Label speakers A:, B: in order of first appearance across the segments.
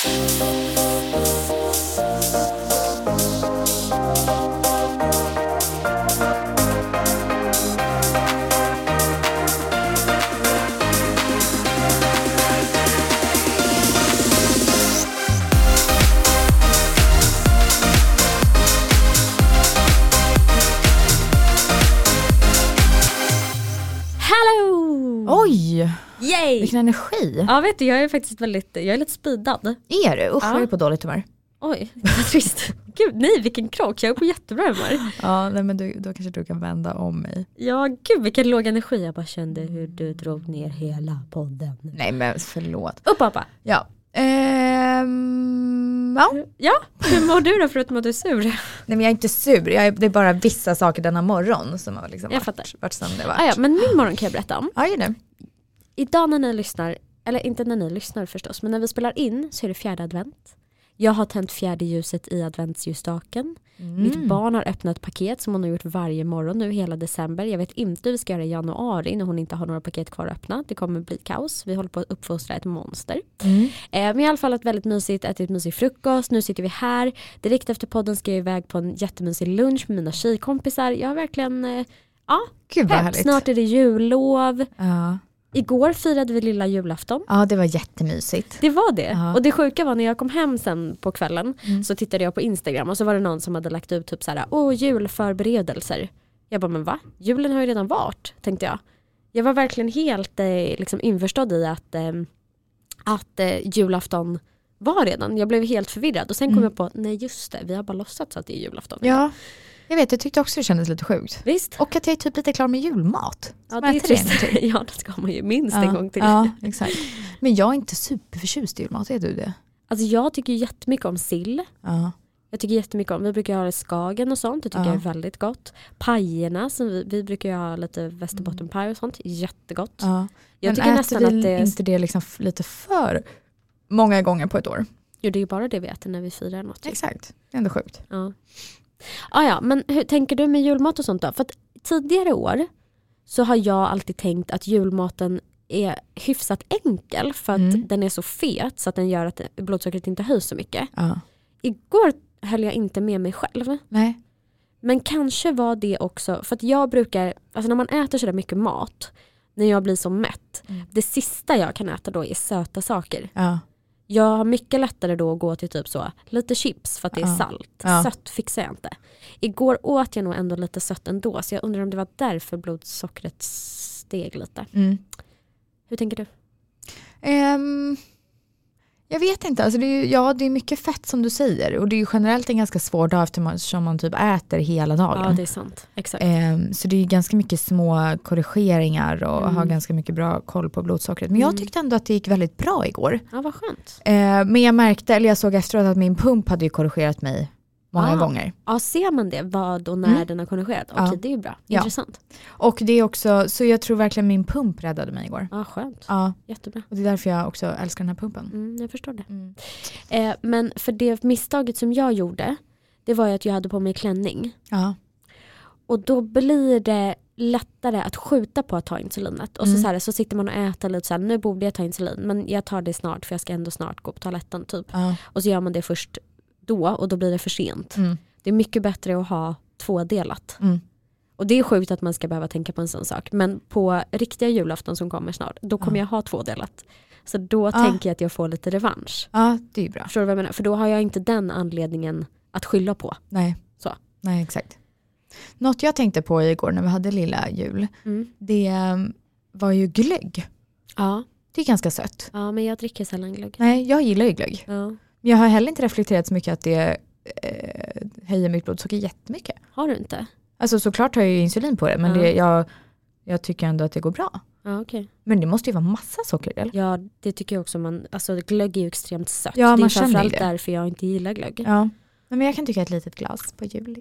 A: Oj!
B: Yay!
A: Vilken energi.
B: Ja, vet du, jag är faktiskt jag är lite speedad.
A: Är du? Usch, jag är på dåligt humör.
B: Oj, vad trist. Gud, nej, vilken krock. Jag är på jättebra humör.
A: Ja, nej, men då kanske du kan vända om mig.
B: Ja, gud, vilken låg energi. Jag bara kände hur du drog ner hela podden.
A: Nej, men förlåt.
B: Upp, pappa.
A: Ja.
B: Ja, hur mår du då förutom att du är sur?
A: Nej, men jag är inte sur. Det är bara vissa saker denna morgon som har liksom varit som det varit.
B: Ja, men min morgon kan jag berätta om.
A: Ja, det.
B: Idag när ni lyssnar, eller inte när ni lyssnar förstås, men när vi spelar in så är det 4:e advent. Jag har tänt 4:e ljuset i adventsljusstaken. Mitt barn har öppnat paket som hon har gjort varje morgon nu hela december. Jag vet inte hur vi ska göra i januari när hon inte har några paket kvar att öppna. Det kommer bli kaos. Vi håller på att uppfostra ett monster. Men i alla fall ett väldigt mysigt, ätit mysig frukost. Nu sitter vi här. Direkt efter podden ska jag iväg på en jättemysig lunch med mina tjejkompisar. Jag har verkligen,
A: Gud, vad härligt.
B: Snart är det jullov.
A: Ja.
B: Igår firade vi lilla julafton.
A: Ja, det var jättemysigt.
B: Det var det.
A: Ja.
B: Och det sjuka var när jag kom hem sen på kvällen så tittade jag på Instagram och så var det någon som hade lagt ut typ såhär, julförberedelser. Jag bara, men va? Julen har ju redan varit, tänkte jag. Jag var verkligen helt liksom införstådd i att julafton var redan. Jag blev helt förvirrad och sen kom jag på, nej just det, vi har bara låtsats att det är julafton.
A: Ja. Jag tyckte också det kändes lite sjukt.
B: Visst?
A: Och att jag är typ lite klar med julmat.
B: Ja, det är trist. Ja, det ska man ju minst en gång till.
A: Ja, exakt. Men jag är inte superförtjust i julmat, är du det?
B: Alltså jag tycker jättemycket om sill.
A: Ja.
B: Jag tycker jättemycket om, vi brukar ha skagen och sånt, det tycker jag är väldigt gott. Pajerna, som vi brukar ha lite västerbottenpaj och sånt, jättegott.
A: Ja.
B: Jag tycker nästan att det
A: inte det liksom lite för många gånger på ett år?
B: Jo, det är ju bara det vi äter när vi firar något.
A: Exakt, det är ändå sjukt.
B: Ja, men hur tänker du med julmat och sånt då? För att tidigare år så har jag alltid tänkt att julmaten är hyfsat enkel för att den är så fet så att den gör att blodsockret inte höjs så mycket. Igår höll jag inte med mig själv.
A: Nej.
B: Men kanske var det också, för att jag brukar, alltså när man äter så där mycket mat, när jag blir så mätt, det sista jag kan äta då är söta saker.
A: Ja.
B: Jag har mycket lättare då att gå till typ så lite chips för att det är salt. Sött fixar jag inte. Igår åt jag nog ändå lite sött ändå, så jag undrar om det var därför blodsockret steg lite. Hur tänker du?
A: Jag vet inte, alltså det är mycket fett som du säger, och det är ju generellt en ganska svår dag eftersom man typ äter hela dagen.
B: Ja, det är sant. Exakt.
A: Så det är ganska mycket små korrigeringar och har ganska mycket bra koll på blodsockret. Men jag tyckte ändå att det gick väldigt bra igår.
B: Ja, vad skönt.
A: Men jag såg efteråt att min pump hade ju korrigerat mig många gånger.
B: Ja, ser man det? Vad och när den har korrigerat? Okej, det är ju bra. Intressant.
A: Och det är också, så jag tror verkligen min pump räddade mig igår.
B: Ja, skönt.
A: Ja.
B: Jättebra.
A: Och det är därför jag också älskar den här pumpen.
B: Jag förstår det. Men för det misstaget som jag gjorde, det var ju att jag hade på mig klänning.
A: Ja.
B: Och då blir det lättare att skjuta på att ta insulinet. Och så sitter man och äter lite så här, nu borde jag ta insulin, men jag tar det snart för jag ska ändå snart gå på toaletten typ. Och så gör man det först då, och då blir det för sent. Det är mycket bättre att ha tvådelat. Och det är sjukt att man ska behöva tänka på en sån sak. Men på riktiga julafton som kommer snart, då kommer jag ha tvådelat. Så då tänker jag att jag får lite revansch.
A: Ja, det är bra.
B: Förstår du vad jag menar? För då har jag inte den anledningen att skylla på.
A: Nej.
B: Så.
A: Nej, exakt. Något jag tänkte på igår när vi hade lilla jul, det var ju glögg.
B: Ja.
A: Det är ganska sött.
B: Ja, men jag dricker sällan glögg.
A: Nej, jag gillar ju glögg.
B: Ja.
A: Men jag har heller inte reflekterat så mycket att det höjer mitt blodsocker jättemycket.
B: Har du inte?
A: Alltså såklart har jag ju insulin på det, men jag tycker ändå att det går bra.
B: Ja, okej.
A: Men det måste ju vara massa socker, eller?
B: Ja, det tycker jag också. Alltså glögg är ju extremt sött.
A: Ja,
B: det är
A: man känner
B: framförallt
A: det.
B: därför jag inte gillar glögg.
A: Ja, men jag kan tycka ett litet glas på jul.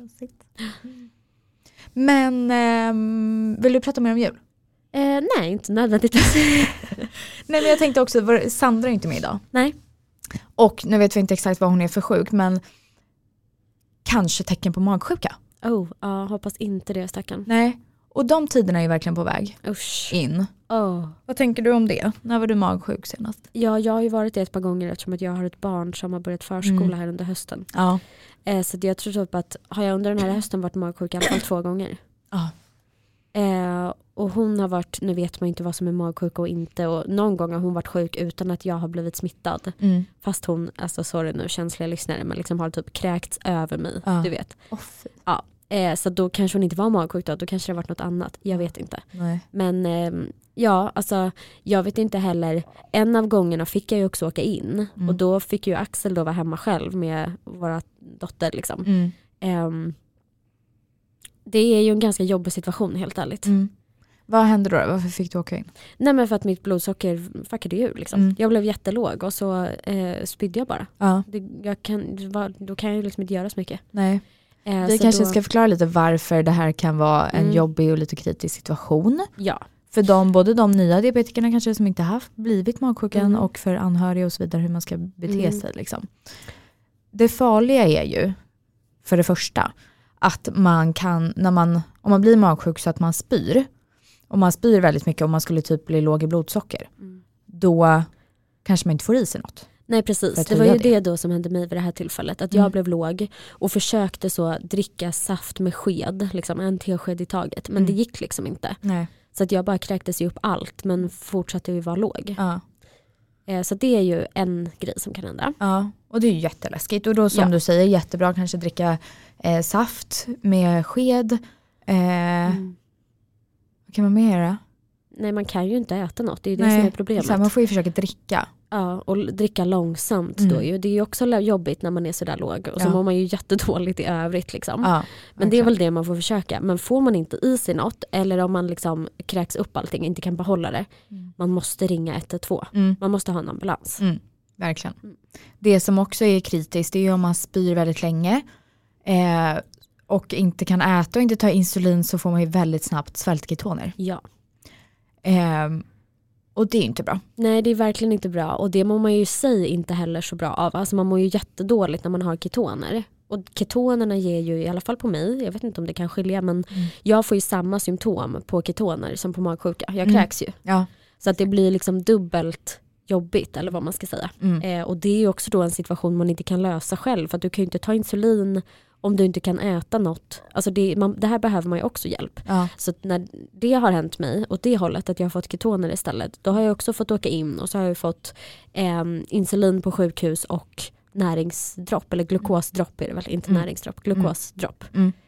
A: Men vill du prata mer om jul?
B: Nej, inte nödvändigtvis.
A: Nej, men jag tänkte också, Sandra är inte med idag.
B: Nej.
A: Och nu vet vi inte exakt vad hon är för sjuk, men kanske tecken på magsjuka.
B: Ja, hoppas inte det, stackarn.
A: Nej, Och de tiderna är ju verkligen på väg
B: Usch.
A: in.
B: Oh.
A: Vad tänker du om det? När var du magsjuk senast?
B: Ja, jag har ju varit det ett par gånger eftersom att jag har ett barn som har börjat förskola här under hösten.
A: Ja.
B: Så jag tror typ att har jag under den här hösten varit magsjuk i alla fall 2 gånger.
A: Ja.
B: Och hon har varit, nu vet man inte vad som är magsjuk och inte. Och någon gång har hon varit sjuk utan att jag har blivit smittad. Fast hon, alltså sorry nu känsliga lyssnare, men liksom har typ kräkts över mig, du vet. Ja. Så då kanske hon inte var magsjuk då kanske det har varit något annat. Jag vet inte.
A: Nej.
B: Men ja, alltså jag vet inte heller. En av gångerna fick jag ju också åka in. Och då fick ju Axel då vara hemma själv med våra dotter liksom. Det är ju en ganska jobbig situation helt ärligt.
A: Vad hände då? Varför fick du åka in?
B: Nej men för att mitt blodsocker fuckade ur liksom. Jag blev jättelåg och så spydde jag bara.
A: Ja.
B: Då kan jag ju liksom inte göra så mycket.
A: Nej. Vi kanske ska förklara lite varför det här kan vara en jobbig och lite kritisk situation.
B: Ja.
A: För både de nya diabetikerna kanske som inte har blivit magsjuka och för anhöriga och så vidare hur man ska bete sig. Liksom. Det farliga är ju för det första att man kan, om man blir magsjuk så att man spyr, och man spyr väldigt mycket och man skulle typ bli låg i blodsocker, då kanske man inte får i sig något.
B: Nej precis, det var ju det då som hände mig vid det här tillfället. Att jag blev låg och försökte så dricka saft med sked, liksom en tesked i taget. Men det gick liksom inte.
A: Nej.
B: Så att jag bara kräktes ju upp allt men fortsatte ju vara låg.
A: Ja.
B: Så det är ju en grej som kan hända.
A: Ja, och det är ju jätteläskigt. Och då som du säger, jättebra kanske dricka saft med sked. Vad kan man mer göra?
B: Nej, man kan ju inte äta något. Det är ju det som är problemet.
A: Man får ju försöka dricka.
B: Ja, och dricka långsamt då ju. Det är ju också jobbigt när man är så där låg. Och så mår man ju jättedåligt i övrigt liksom. Ja, men det är väl det man får försöka. Men får man inte i sig något, eller om man liksom kräks upp allting, inte kan behålla det. Man måste ringa 112. Man måste ha en ambulans.
A: Verkligen. Det som också är kritiskt, det är om man spyr väldigt länge. Och inte kan äta och inte ta insulin, så får man ju väldigt snabbt svältketoner.
B: Ja.
A: Och det är inte bra.
B: Nej, det är verkligen inte bra. Och det mår man ju sig inte heller så bra av. Alltså man mår ju jättedåligt när man har ketoner. Och ketonerna ger ju, i alla fall på mig, jag vet inte om det kan skilja, men jag får ju samma symptom på ketoner som på magsjuka. Jag kräks ju. Ja. Så att det blir liksom dubbelt jobbigt, eller vad man ska säga. Och det är ju också då en situation man inte kan lösa själv. För att du kan ju inte ta insulin om du inte kan äta något. Alltså det här behöver man ju också hjälp. Ja. Så när det har hänt mig åt det hållet, att jag har fått ketoner istället, då har jag också fått åka in och så har jag fått insulin på sjukhus och näringsdropp, eller glukosdropp är det väl, inte näringsdropp, glukosdropp.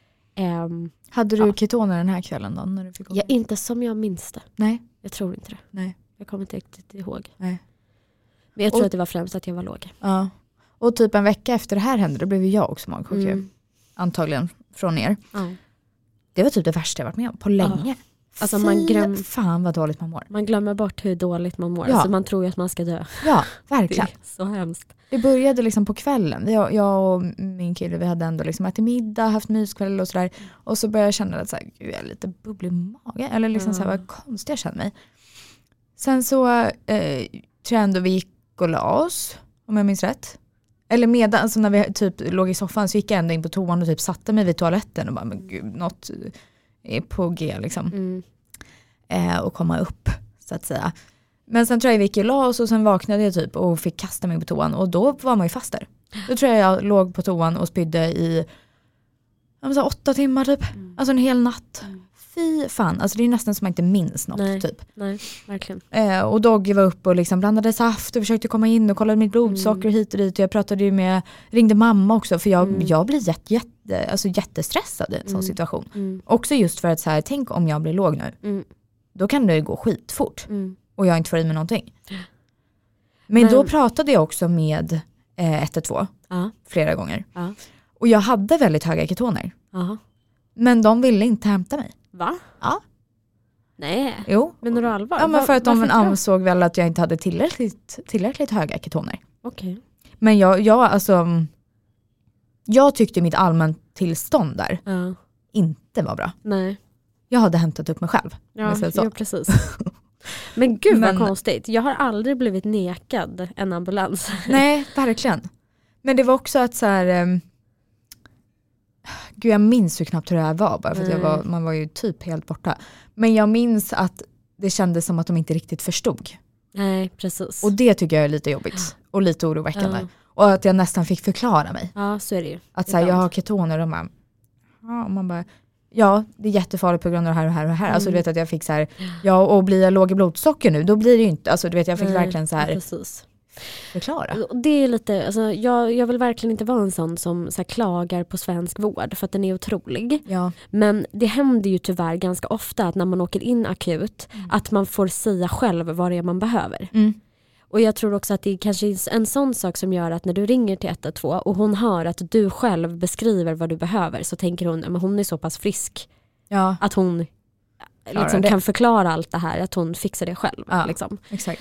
A: Hade du ketoner den här kvällen då? När du fick
B: ja, inte som jag minns det.
A: Nej.
B: Jag tror inte det.
A: Nej.
B: Jag kommer inte riktigt ihåg.
A: Nej.
B: Men jag tror att det var främst att jag var låg.
A: Ja. Och typ en vecka efter det här hände, då blev jag också magsjuk. Antagligen från er. Det var typ det värsta jag varit med om på länge.
B: Alltså
A: fan vad dåligt man mår.
B: Man glömmer bort hur dåligt man mår. Alltså man tror ju att man ska dö.
A: Ja, verkligen.
B: Det är så hemskt.
A: Det började liksom på kvällen. Jag och min kille, vi hade ändå liksom ätit middag, haft myskväll och sådär. Och så började jag känna att så här, gud, jag är lite bubblig i magen. Eller liksom så här, vad konstigt jag kände mig. Sen så tror jag ändå vi gick och la oss, om jag minns rätt. Eller medan, alltså när vi typ låg i soffan så gick jag ändå in på toan och typ satte mig vid toaletten och bara, men gud, något är på G liksom. Och komma upp, så att säga. Men sen tror jag vi gick och la oss och sen vaknade jag typ och fick kasta mig på toan. Och då var man ju fast där. Då tror jag låg på toan och spydde i 8 timmar typ. Alltså en hel natt. Fy fan, alltså det är nästan som man inte minns något. Typ.
B: Nej, verkligen.
A: Och Doggy var upp och liksom blandade saft och försökte komma in och kollade mitt blodsocker hit och dit. Och jag pratade ju ringde mamma också, för jag blir jättestressad i en sån situation. Också just för att så här, tänk om jag blir låg nu. Då kan det gå skitfort. Och jag inte får i mig någonting. Men då pratade jag också med 112 flera gånger. Och jag hade väldigt höga ketoner. Men de ville inte hämta mig.
B: Va?
A: Ja.
B: Nej.
A: Jo.
B: Menar du allvar?
A: Ja, men för att de ansåg väl att jag inte hade tillräckligt höga ketoner.
B: Okej.
A: Men jag tyckte mitt allmänt tillstånd där inte var bra.
B: Nej.
A: Jag hade hämtat upp mig själv.
B: Ja, precis. Men gud vad konstigt. Jag har aldrig blivit nekad en ambulans.
A: Nej, verkligen. Men det var också att så här... Gud, jag minns hur knappt hur det här var. Bara för att man var ju typ helt borta. Men jag minns att det kändes som att de inte riktigt förstod.
B: Nej, precis.
A: Och det tycker jag är lite jobbigt. Och lite oroväckande. Och att jag nästan fick förklara mig.
B: Ja, så är det ju.
A: Att så här, jag har ketoner och man bara, ja, det är jättefarligt på grund av det här och det här och det här. Alltså du vet att jag fick så här, och blir jag låg i blodsocker nu, då blir det ju inte, alltså du vet jag fick verkligen så här
B: precis.
A: Förklara.
B: Det är lite, alltså, jag vill verkligen inte vara en sån som så här, klagar på svensk vård för att den är otrolig.
A: Ja.
B: Men det händer ju tyvärr ganska ofta att när man åker in akut att man får säga själv vad det är man behöver. Och jag tror också att det är kanske en sån sak som gör att när du ringer till 112 och hon hör att du själv beskriver vad du behöver, så tänker hon att hon är så pass frisk att hon liksom kan förklara allt det här, att hon fixar det själv.
A: Ja,
B: liksom.
A: Exakt.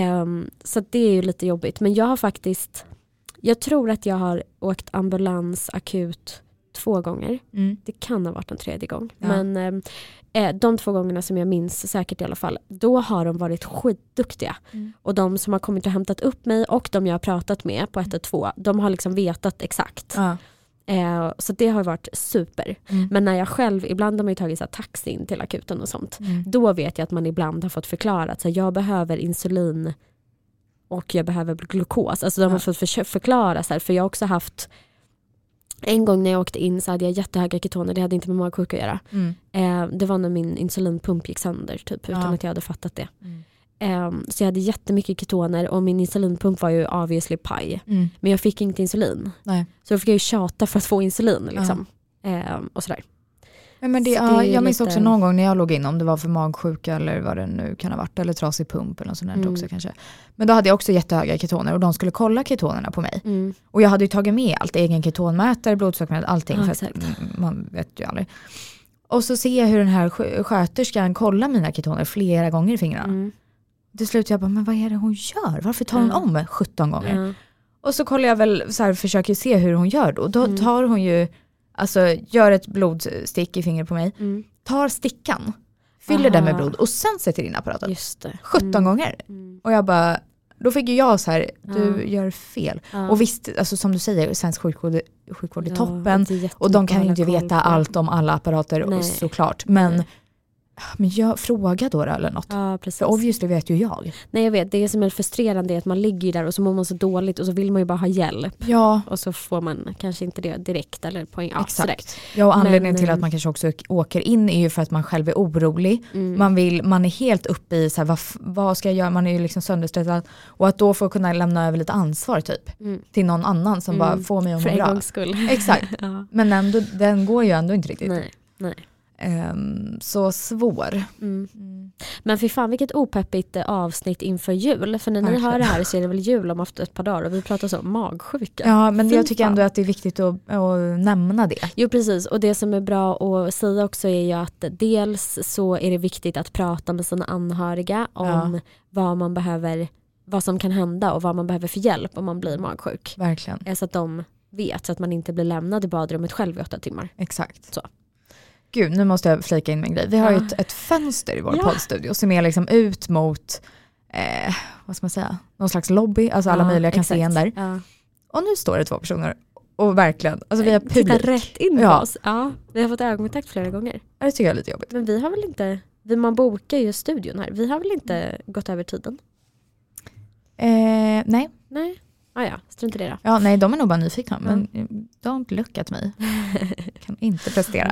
B: Så det är ju lite jobbigt. Men jag har faktiskt, jag tror att jag har åkt ambulans akut 2 gånger. Det kan ha varit en 3:e gång. Ja. Men de 2 gångerna som jag minns säkert i alla fall, då har de varit skitduktiga. Och de som har kommit och hämtat upp mig och de jag har pratat med på 112, de har liksom vetat exakt. Ja. Så det har varit super. Men när jag själv, ibland har man ju tagit så här, taxi in till akuten och sånt. Då vet jag att man ibland har fått förklarat så här, jag behöver insulin och jag behöver glukos. Alltså de har fått förklara så här, för jag har också haft en gång när jag åkte in så hade jag jättehöga ketoner. Det hade inte med magsjuka att göra. Det var när min insulinpump gick sönder typ, utan att jag hade fattat det. Så jag hade jättemycket ketoner och min insulinpump var ju obviously paj. Men jag fick inte insulin. Nej. Så då fick jag ju tjata för att få insulin liksom. Och sådär.
A: Men det, jag minns också någon gång när jag låg in, om det var för magsjuka eller vad det nu kan ha varit, eller trasig pump eller något sånt där också kanske. Men då hade jag också jättehöga ketoner och de skulle kolla ketonerna på mig. Och jag hade ju tagit med allt, egen ketonmätare, blodsockermätare, allting, för att man vet ju aldrig. Och så ser jag hur den här sköterskan kollar mina ketoner flera gånger i fingrarna. Till slut jag bara, men vad är det hon gör? Varför tar hon om 17 gånger? Och så kollar jag väl så här, försöker se hur hon gör då. Då tar hon ju, alltså gör ett blodstick i fingret på mig. Tar stickan, fyller den med blod och sen sätter in apparaten. Just det. 17 gånger. Och jag bara, då fick ju jag så här, du gör fel. Och visst, alltså som du säger, svensk sjukvård är toppen. Och de kan ju inte veta allt om alla apparater och såklart. Men jag frågar då eller något. Ja, precis. För obviously vet ju jag.
B: Nej, jag vet. Det som är frustrerande är att man ligger där och så mår man så dåligt och så vill man ju bara ha hjälp. Ja. Och så får man kanske inte det direkt eller poäng. Ja,
A: exakt. Ja, och anledningen till att man kanske också åker in är ju för att man själv är orolig. Man är helt uppe i så här, vad ska jag göra? Man är ju liksom sönderstressad. Och att då få kunna lämna över lite ansvar typ till någon annan som bara får mig att må bra. För en gångs skull. Exakt. Men ändå, den går ju ändå inte riktigt.
B: Nej.
A: Så svår.
B: Men för fan, vilket opeppigt avsnitt inför jul. För när ni hör det här så är det väl jul om efter ett par dagar. Och vi pratar så om magsjuka.
A: Ja, men jag tycker ändå att det är viktigt att nämna det.
B: Jo, precis. Och det som är bra att säga också är ju att dels så är det viktigt att prata med sina anhöriga om vad man behöver, vad som kan hända och vad man behöver för hjälp om man blir magsjuk.
A: Verkligen.
B: Så att de vet, så att man inte blir lämnad i badrummet själv i 8 timmar.
A: Exakt.
B: Så.
A: Gud, nu måste jag flika in min grej. Vi har ju ett fönster i vår poddstudio som är liksom ut mot vad ska man säga, någon slags lobby, alltså alla möjliga kan se en där. Och nu står det 2 personer och verkligen, alltså vi har publik.
B: Tittar rätt in på oss. Ja, vi har fått ögonkontakt flera gånger.
A: Ja, det tycker jag är lite jobbigt.
B: Men vi har väl inte, man bokar ju studion här. Vi har väl inte gått över tiden?
A: Nej.
B: Ja, strunt i det då.
A: Ja, nej, de är nog bara nyfikna. Men don't look at me. Kan inte prestera.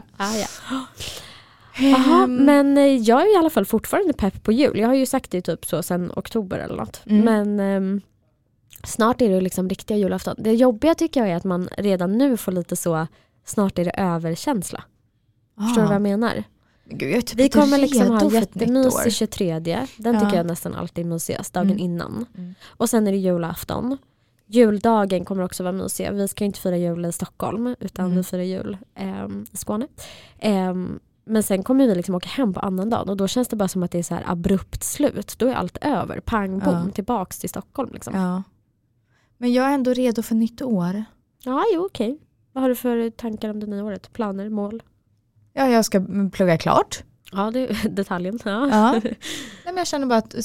B: Jaha, men jag är i alla fall fortfarande pepp på jul. Jag har ju sagt det typ så sedan oktober eller något. Men snart är det liksom riktiga julafton. Det jobbiga tycker jag är att man redan nu får lite så, snart är det överkänsla. Förstår du vad jag menar?
A: Gud,
B: vi kommer liksom ha jättemysig 23. Den tycker jag nästan alltid är mysigast, dagen innan. Och sen är det julafton. Juldagen kommer också vara mysig. Vi ska inte fira jul i Stockholm utan vi firar jul i Skåne. Men sen kommer vi liksom åka hem på annan dag och då känns det bara som att det är så här abrupt slut. Då är allt över. Pang, bom, tillbaks till Stockholm liksom. Ja.
A: Men jag är ändå redo för nytt år.
B: Ja, okej. Vad har du för tankar om det nya året? Planer, mål?
A: Ja, jag ska plugga klart.
B: Ja, det är detaljen. Ja.
A: Nej, men jag känner bara att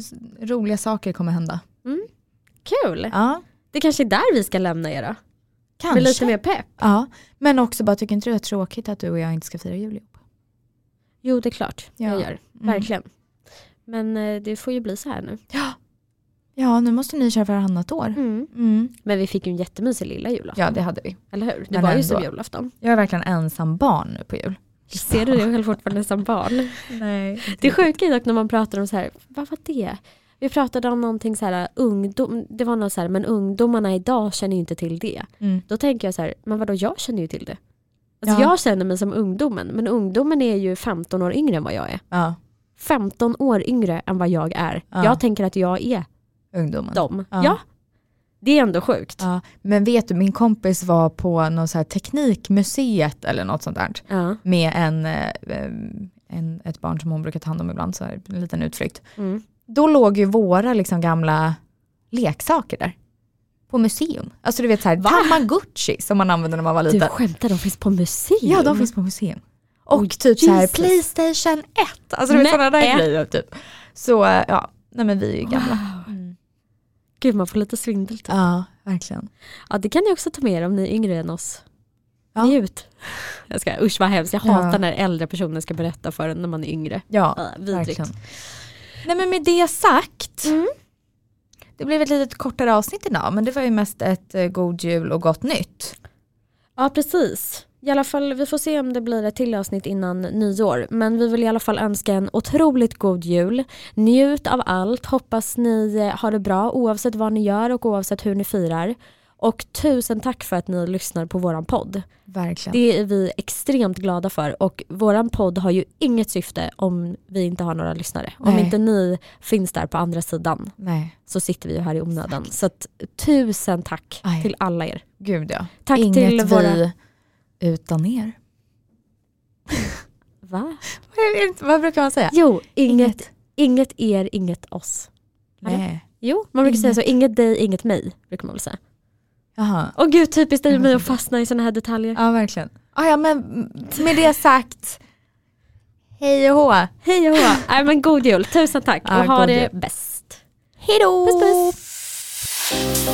A: roliga saker kommer hända.
B: Kul. Ja. Det kanske är där vi ska lämna er då.
A: Kanske.
B: Med lite mer pepp.
A: Ja, men också bara tycker inte du det är tråkigt att du och jag inte ska fira jul ihop?
B: Jo, det är klart.
A: Ja.
B: Jag gör. Verkligen. Men det får ju bli så här nu.
A: Ja, nu måste ni köra varannat år.
B: Men vi fick ju en jättemysig lilla julafton.
A: Ja, det hade vi.
B: Eller hur? Det
A: Men
B: var ju
A: ändå.
B: som julafton.
A: Jag är verkligen ensam barn nu på jul.
B: Ser du det själv fortfarande som barn?
A: Nej.
B: Det är sjukt dock när man pratar om så här, vad var det? Vi pratade om någonting så här, det var något så här, men ungdomarna idag känner ju inte till det. Då tänker jag så här, men vadå, jag känner ju till det. Alltså jag känner mig som ungdomen, men ungdomen är ju 15 år yngre än vad jag är.
A: Ja.
B: 15 år yngre än vad jag är.
A: Ja.
B: Jag tänker att jag är
A: Ungdomen.
B: dem. Ja. Det är ändå sjukt.
A: Ja. Men vet du, min kompis var på något så här teknikmuseet eller något sånt där.
B: Ja.
A: Med ett barn som hon brukar ta hand om ibland, så här, en liten utflykt. Då låg ju våra liksom gamla leksaker där. På museum. Alltså du vet så här, Tamagotchi som man använde när man var liten.
B: Du skämtar, de finns på museum?
A: Ja, de finns på museum. Och typ så här PlayStation 1. Alltså du vet sådana där grejer typ. Så ja, nej men vi är ju gamla.
B: Gud, man får lite svindel typ.
A: Ja, verkligen.
B: Ja, det kan ni också ta med er om ni är yngre än oss.
A: Ja.
B: Njut. Usch vad hemskt. Jag hatar när äldre personer ska berätta för en när man är yngre.
A: Ja, verkligen. Nej men med det sagt. Det blev ett litet kortare avsnitt idag, men det var ju mest ett god jul och gott nytt.
B: Ja, precis. I alla fall, vi får se om det blir ett till avsnitt innan nyår. Men vi vill i alla fall önska en otroligt god jul. Njut av allt. Hoppas ni har det bra oavsett vad ni gör och oavsett hur ni firar. Och tusen tack för att ni lyssnar på våran podd.
A: Verkligen.
B: Det är vi extremt glada för. Och våran podd har ju inget syfte om vi inte har några lyssnare. Om inte ni finns där på andra sidan. Så sitter vi ju här i onödan. Så att, tusen tack till alla er.
A: Gud ja.
B: Tack
A: Inget
B: till
A: vi utan er.
B: Va?
A: Vad brukar man säga?
B: Jo, inget er, inget oss.
A: Nej.
B: Jo, man brukar säga så. Inget dig, inget mig, brukar man väl säga.
A: Jaha.
B: Åh gud, typiskt dig och mig att fastna i såna här detaljer.
A: Ja, verkligen. Ja, men med det sagt, hej och hå.
B: Hej och hå. Nej, men god jul. Tusen tack. Och ha det bäst.
A: Hej då.
B: Puss, puss.